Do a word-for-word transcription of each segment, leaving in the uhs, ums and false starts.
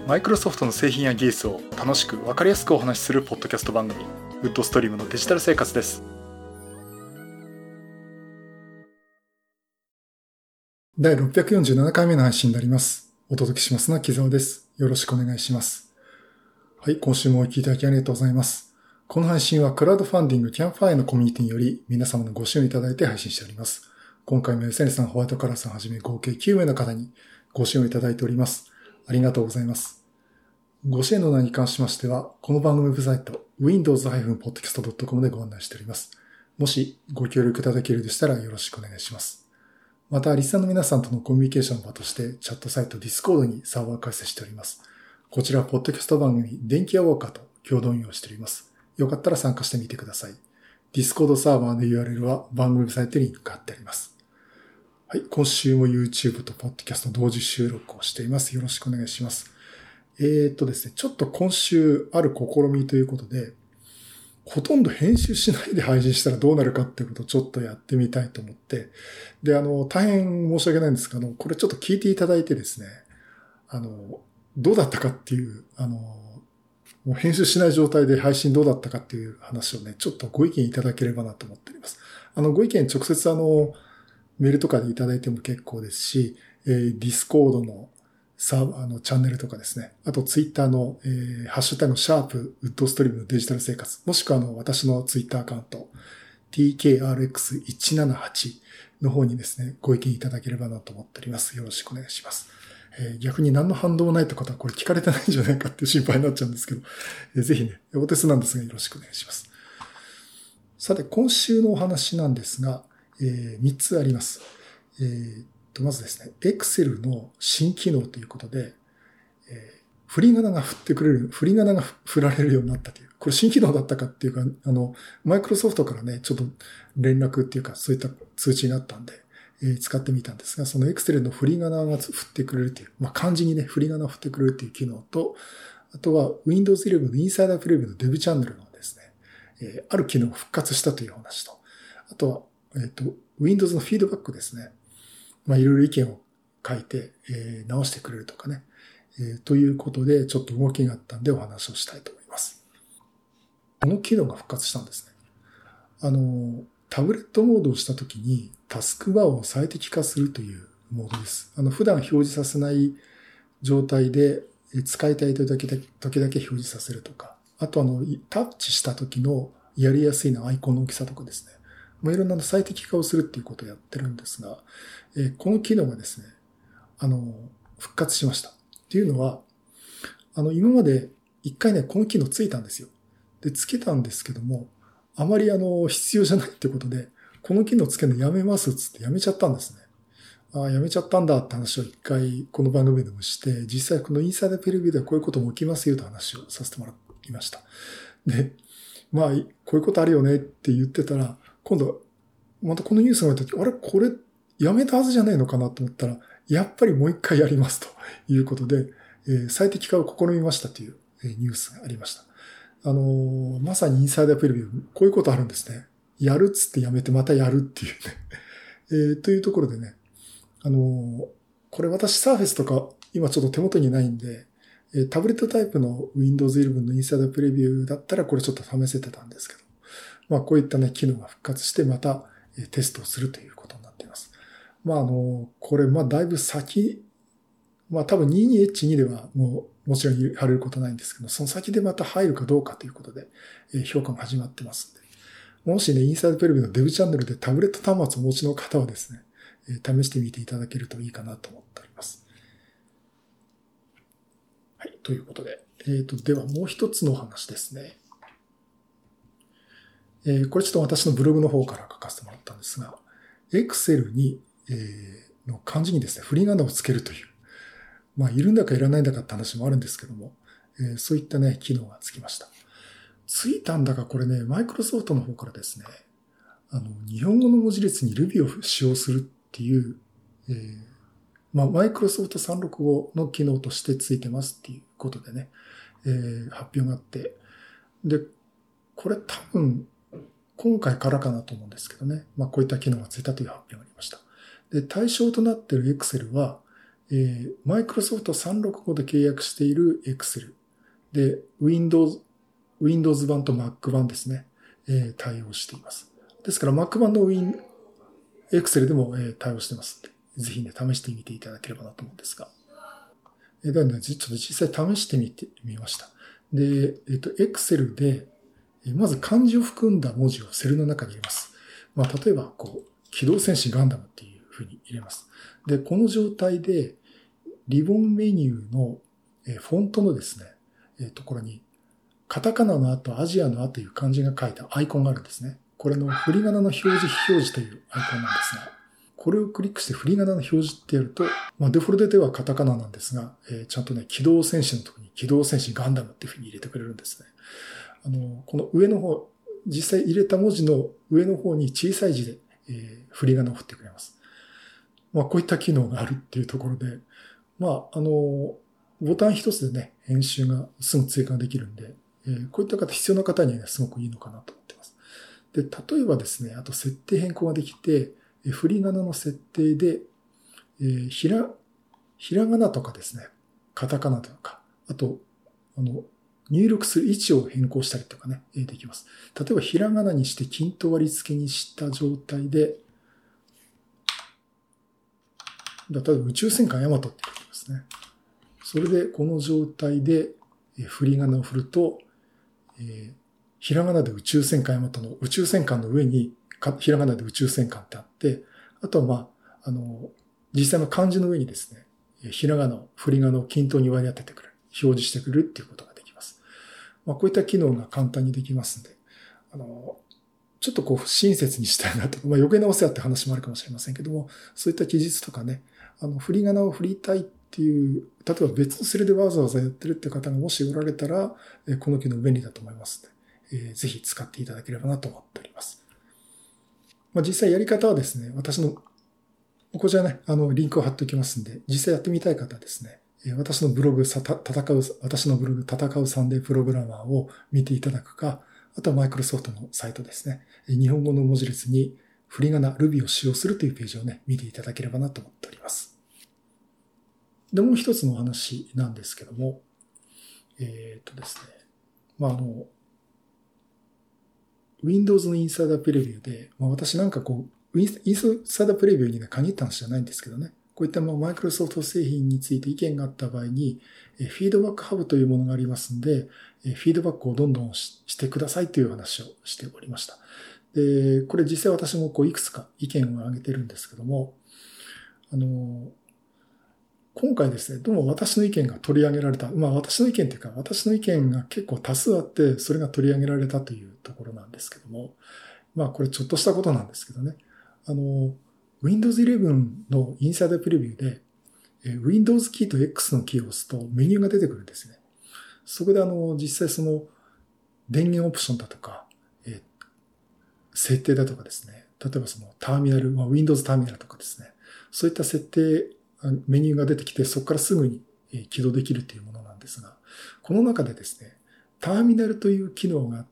マイクロソフトの製品や技術を楽しく分かりやすくお話しするポッドキャスト番組、ウッドストリームのデジタル生活です。 だいろっぴゃくよんじゅうななかいめの配信になります。お届けしますのは木澤です。よろしくお願いします。はい、今週もお聞きいただきありがとうございます。この配信はクラウドファンディングキャンプファイアのコミュニティにより皆様のご支援いただいて配信しております。今回もエスエヌさん、ホワイトカラーさんはじめ合計きゅうめいの方にご支援をいただいております。ありがとうございます。ご支援の内容に関しましては、この番組ウェブサイト ウィンドウズ ポッドキャスト ドットコム でご案内しております。もしご協力いただけるでしたらよろしくお願いします。また、リスナーの皆さんとのコミュニケーションの場として、チャットサイト Discord にサーバー開設しております。こちらはポッドキャスト番組電気屋ウォーカーと共同運用しております。よかったら参加してみてください。Discord サーバーの ユーアールエル は番組ウェブサイトに貼ってあります。はい、今週も YouTube と Podcast 同時収録をしています。よろしくお願いします。えーっとですね、ちょっと今週ある試みということで、ほとんど編集しないで配信したらどうなるかっていうことをちょっとやってみたいと思って、で、あの、大変申し訳ないんですが、あの、これちょっと聞いていただいてですね、あの、どうだったかっていう、あの、もう編集しない状態で配信どうだったかっていう話をね、ちょっとご意見いただければなと思っております。あの、ご意見直接あの、メールとかでいただいても結構ですし、えー、Discord のサーバーのチャンネルとかですね。あとツイッターの、えー、ハッシュタグシャープウッドストリームのデジタル生活。もしくはあの私のツイッターアカウント ティーケーアールエックスいちななはち の方にですね、ご意見いただければなと思っております。よろしくお願いします。えー、逆に何の反動もないってことはこれ聞かれてないんじゃないかっていう心配になっちゃうんですけど、えー、ぜひね、お手数なんですがよろしくお願いします。さて、今週のお話なんですが、えー、みっつあります。えーまずですね、Excel の新機能ということで、えー、振り仮名が振ってくれる、振り仮名が振られるようになったという。これ新機能だったかっていうか、あの、マイクロソフトからね、ちょっと連絡っていうか、そういった通知があったんで、えー、使ってみたんですが、その Excel の振り仮名が振ってくれるという、まあ、漢字にね、振り仮名を振ってくれるという機能と、あとは Windows イレブンのインサイダープレビューのデブチャンネルのですね、えー、ある機能が復活したという話と、あとは、えっと、Windows のフィードバックですね。まあ、いろいろ意見を書いて、えー、直してくれるとかね、えー。ということで、ちょっと動きがあったんでお話をしたいと思います。この機能が復活したんですね。あの、タブレットモードをしたときに、タスクバーを最適化するというモードです。あの、普段表示させない状態で、使いたい時だけ、時だけ表示させるとか、あとあの、タッチした時のやりやすいのアイコンの大きさとかですね。まあ、いろんな最適化をするっていうことをやってるんですが、えー、この機能がですね、あの、復活しました。っていうのは、あの、今まで一回ね、この機能ついたんですよ。で、つけたんですけども、あまりあの、必要じゃないってことで、この機能つけるのやめますっつってやめちゃったんですね。ああ、やめちゃったんだって話を一回この番組でもして、実際このインサイダープレビューではこういうことも起きますよと話をさせてもらいました。で、まあ、こういうことあるよねって言ってたら、今度、またこのニュースが出た時、あれこれやめたはずじゃないのかなと思ったら、やっぱりもう一回やりますということで、えー、最適化を試みましたという、えー、ニュースがありました。あのー、まさにインサイダープレビュー、こういうことあるんですね。やるっつってやめてまたやるっていうね。えー、というところでね、あのー、これ私サーフェスとか今ちょっと手元にないんで、えー、タブレットタイプの Windows イレブンのインサイダープレビューだったらこれちょっと試せてたんですけど、まあこういったね、機能が復活してまたテストをするということになっています。まああの、これまあだいぶ先、まあ多分 にじゅうにエイチツー ではもうもちろん貼れることないんですけど、その先でまた入るかどうかということで評価も始まってますんで、もしね、インサイドプレビューのデブチャンネルでタブレット端末をお持ちの方はですね、試してみていただけるといいかなと思っております。はい、ということで、えっと、ではもう一つのお話ですね。えー、これちょっと私のブログの方から書かせてもらったんですが、Excel に、えー、の漢字にですね、振り仮名をつけるという、まあ、いるんだかいらないんだかって話もあるんですけども、えー、そういったね、機能がつきました。ついたんだかこれね、マイクロソフトの方からですね、あの、日本語の文字列に Ruby を使用するっていう、えー、まあ、マイクロソフトさんろくごの機能としてついてますっていうことでね、えー、発表があって、で、これ多分、今回からかなと思うんですけどね。まあこういった機能がついたという発表がありました。で、対象となっている Excel は、 えー、マイクロソフトさんびゃくろくじゅうごで契約している Excel で Windows、Windows 版と Mac 版ですね、えー、対応しています。ですから Mac 版の Win、Excel でも、えー、対応してますので、ぜひね、試してみていただければなと思うんですが。えー、ではね、ちょっと実際試してみてみました。で、えっと、Excel で、まず漢字を含んだ文字をセルの中に入れます。まあ、例えば、こう、機動戦士ガンダムっていう風に入れます。で、この状態で、リボンメニューのフォントのですね、ところに、カタカナの後、アジアの後という漢字が書いたアイコンがあるんですね。これの振り仮名の表示、非表示というアイコンなんですが、これをクリックして振り仮名の表示ってやると、まあ、デフォルトではカタカナなんですが、えー、ちゃんとね、機動戦士のところに機動戦士ガンダムっていう風に入れてくれるんですね。あの、この上の方、実際入れた文字の上の方に小さい字で、えー、振り仮名を振ってくれます。まあ、こういった機能があるっていうところで、まあ、あの、ボタン一つでね、編集がすぐ追加できるんで、えー、こういった方、必要な方にはね、すごくいいのかなと思ってます。で、例えばですね、あと設定変更ができて、えー、振り仮名の設定で、えー、ひら、ひらがなとかですね、カタカナとか、あと、あの、入力する位置を変更したりとかね、できます。例えば、ひらがなにして均等割り付けにした状態で、例えば宇宙戦艦ヤマトって言ってますね。それで、この状態で、振り仮名を振ると、えー、ひらがなで宇宙戦艦ヤマトの宇宙戦艦の上に、ひらがなで宇宙戦艦ってあって、あとはまあ、あの、実際の漢字の上にですね、ひらがなを、振り仮名を均等に割り当ててくれる、表示してくれるっていうことができます。まあ、こういった機能が簡単にできますんで、あの、ちょっとこう、不親切にしたいなとか、まあ、余計なお世話って話もあるかもしれませんけども、そういった記述とかね、あの、振り仮名を振りたいっていう、例えば別のセルでわざわざやってるって方がもしおられたら、この機能便利だと思いますので、えー、ぜひ使っていただければなと思っております。まあ、実際やり方はですね、私の、こちらね、あの、リンクを貼っておきますんで、実際やってみたい方はですね、私のブログ、戦う、私のブログ、戦うサンデープログラマーを見ていただくか、あとはマイクロソフトのサイトですね。日本語の文字列に振り仮名 Ruby を使用するというページをね、見ていただければなと思っております。で、もう一つのお話なんですけども、えー、っとですね。まあ、あの、Windows のインサイダープレビューで、まあ、私なんかこう、インサイダープレビューにね、限った話じゃないんですけどね。こういったマイクロソフト製品について意見があった場合に、フィードバックハブというものがありますので、フィードバックをどんどんしてくださいという話をしておりました。で、これ実際私もこういくつか意見を挙げてるんですけども、あの、今回ですね、どうも私の意見が取り上げられた。まあ私の意見というか、私の意見が結構多数あって、それが取り上げられたというところなんですけども、まあこれちょっとしたことなんですけどね。あの、Windows イレブンのインサイダープレビューで、Windows キーと X のキーを押すとメニューが出てくるんですね。そこであの、実際その電源オプションだとか、えー、設定だとかですね。例えばそのターミナル、まあ、Windows ターミナルとかですね。そういった設定、メニューが出てきて、そこからすぐに起動できるというものなんですが、この中でですね、ターミナルという機能があって、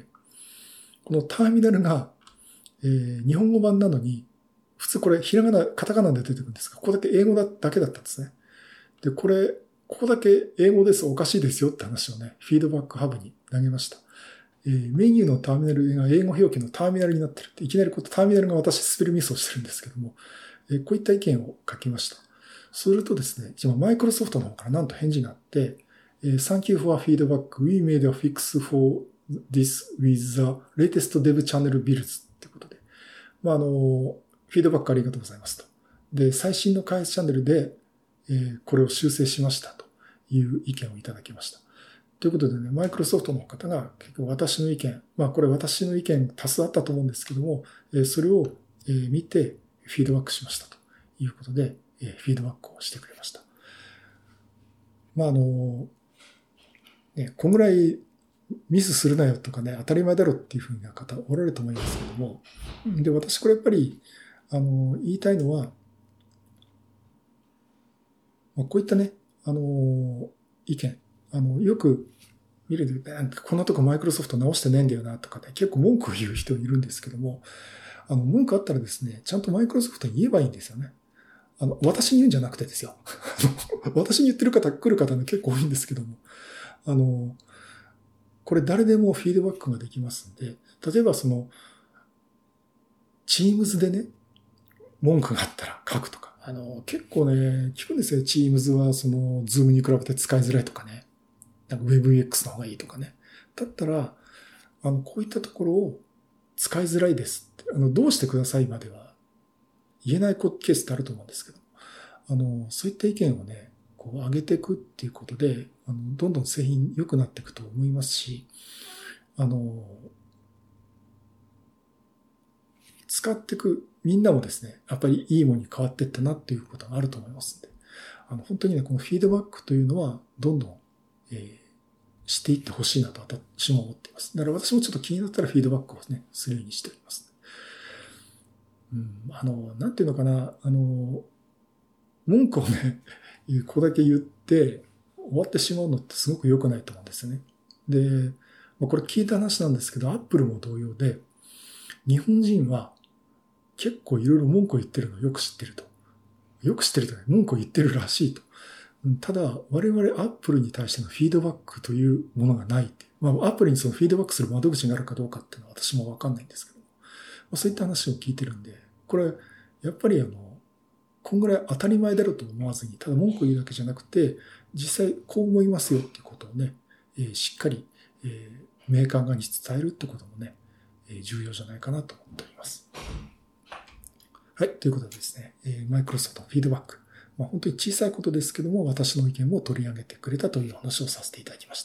このターミナルが、えー、日本語版なのに、普通これ、ひらがな、カタカナで出てくるんですが、ここだけ英語だだけだったんですね。で、これ、ここだけ英語です、おかしいですよって話をね、フィードバックハブに投げました。えー、メニューのターミナルが英語表記のターミナルになってるって、いきなりこうターミナルが私スペルミスをしてるんですけども、えー、こういった意見を書きました。するとですね、今マイクロソフトの方からなんと返事があって、えー、Thank you for feedback. We made a fix for this with the latest dev channel builds ってことで。まあ、あの、フィードバックありがとうございますと。で、最新の開発チャンネルで、えー、これを修正しましたという意見をいただきました。ということでね、マイクロソフトの方が結構私の意見、まあこれ私の意見多数あったと思うんですけども、えー、それを、えー、見てフィードバックしましたということで、えー、フィードバックをしてくれました。まああの、ね、こんぐらいミスするなよとかね、当たり前だろっていうふうな方おられると思いますけども、で、私これやっぱり、あの、言いたいのは、まあ、こういったね、あの、意見、あの、よく見るで、なんかこんなとこマイクロソフト直してないんだよなとかね、結構文句を言う人いるんですけども、あの、文句あったらですね、ちゃんとマイクロソフトに言えばいいんですよね。 あの、私に言うんじゃなくてですよ。私に言ってる方、来る方ね、結構多いんですけども、あの、これ誰でもフィードバックができますんで、例えばその、Teams でね、文句があったら書くとか。あの、結構ね、聞くんですよ。Teams はその、Zoom に比べて使いづらいとかね。なんか WebEx の方がいいとかね。だったら、あの、こういったところを使いづらいですって。あの、どうしてくださいまでは言えないケースってあると思うんですけど、あの、そういった意見をね、こう上げていくっていうことで、あの、どんどん製品良くなっていくと思いますし、あの、使っていくみんなもですね、やっぱりいいものに変わっていったなっていうことがあると思いますので、あの、本当にね、このフィードバックというのは、どんどん、えー、していってほしいなと私も思っています。だから私もちょっと気になったらフィードバックをね、するようにしております。うん、あの、なんていうのかな、あの、文句をね、これだけ言って終わってしまうのってすごく良くないと思うんですよね。で、これ聞いた話なんですけど、アップルも同様で、日本人は結構いろいろ文句を言ってるのをよく知ってると。よく知ってるとね、文句を言ってるらしいと。ただ、我々アップルに対してのフィードバックというものがないって。まあ、アップルにそのフィードバックする窓口があるかどうかっていうのは私もわかんないんですけど、まあ、そういった話を聞いてるんで、これ、やっぱりあの、こんぐらい当たり前だろうと思わずに、ただ文句を言うだけじゃなくて、実際こう思いますよっていうことをね、えー、しっかり、えー、メーカー側に伝えるってこともね、えー、重要じゃないかなと思っております。はい、ということでですね、えー、マイクロソフトのフィードバック。まあ、本当に小さいことですけども、私の意見も取り上げてくれたという話をさせていただきました。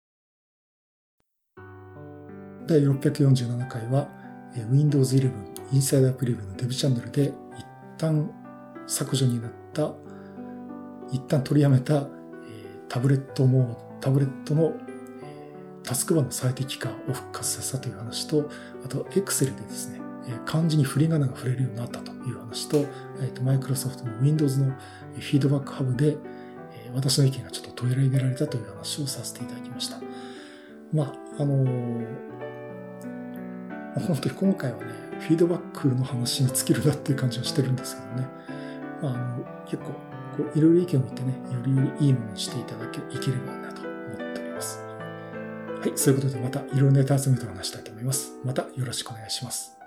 だいろっぴゃくよんじゅうななかいは、えー、Windows イレブン Insider Preview のデブチャンネルで一旦削除になった、一旦取りやめた、えー、タブレットも、タブレットの、えー、タスクバーの最適化を復活させたという話と、あと Excel でですね、漢字に振り仮名が触れるようになったという話と、マイクロソフトの Windows のフィードバックハブで、私の意見がちょっと取り上げられたという話をさせていただきました。まあ、あのー、本当に今回はね、フィードバックの話に尽きるなっていう感じはしてるんですけどね。まあ、あの、結構、こう、いろいろ意見を言ってね、よりよりいいものにしていただけ、いければなと思っております。はい、そういうことでまたいろいろネタ集めて話したいと思います。またよろしくお願いします。